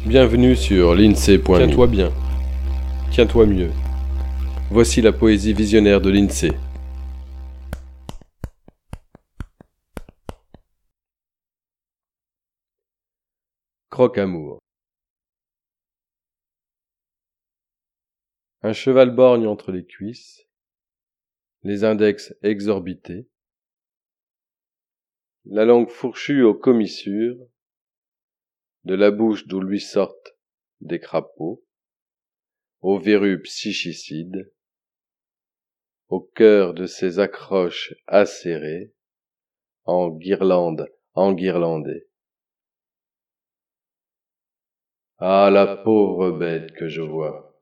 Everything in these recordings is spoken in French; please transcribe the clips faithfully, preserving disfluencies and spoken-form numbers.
Bienvenue sur l'I N S E E point M I. Tiens-toi bien. Tiens-toi mieux. Voici la poésie visionnaire de l'I N S E E. Croque-amour. Un cheval borgne entre les cuisses, les index exorbités, la langue fourchue aux commissures, de la bouche d'où lui sortent des crapauds, aux verrues psychicides, au cœur de ses accroches acérées, en guirlandes enguirlandées. Ah, la pauvre bête que je vois!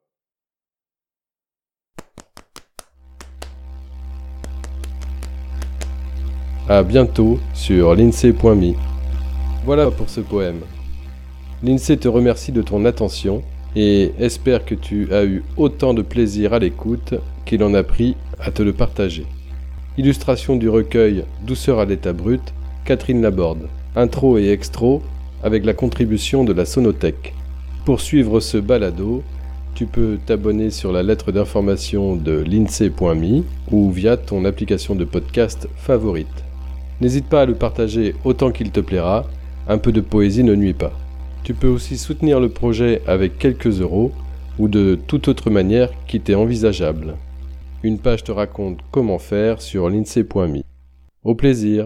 À bientôt sur l'I N S E E point M I. Voilà pour ce poème. L'I N S E E te remercie de ton attention et espère que tu as eu autant de plaisir à l'écoute qu'il en a pris à te le partager. Illustration du recueil Douceur à l'état brut, Catherine Laborde. Intro et extro avec la contribution de la Sonothèque. Pour suivre ce balado, tu peux t'abonner sur la lettre d'information de l'I N S E E point M I ou via ton application de podcast favorite. N'hésite pas à le partager autant qu'il te plaira, un peu de poésie ne nuit pas. Tu peux aussi soutenir le projet avec quelques euros ou de toute autre manière qui t'est envisageable. Une page te raconte comment faire sur l'I N S E E point M I. Au plaisir!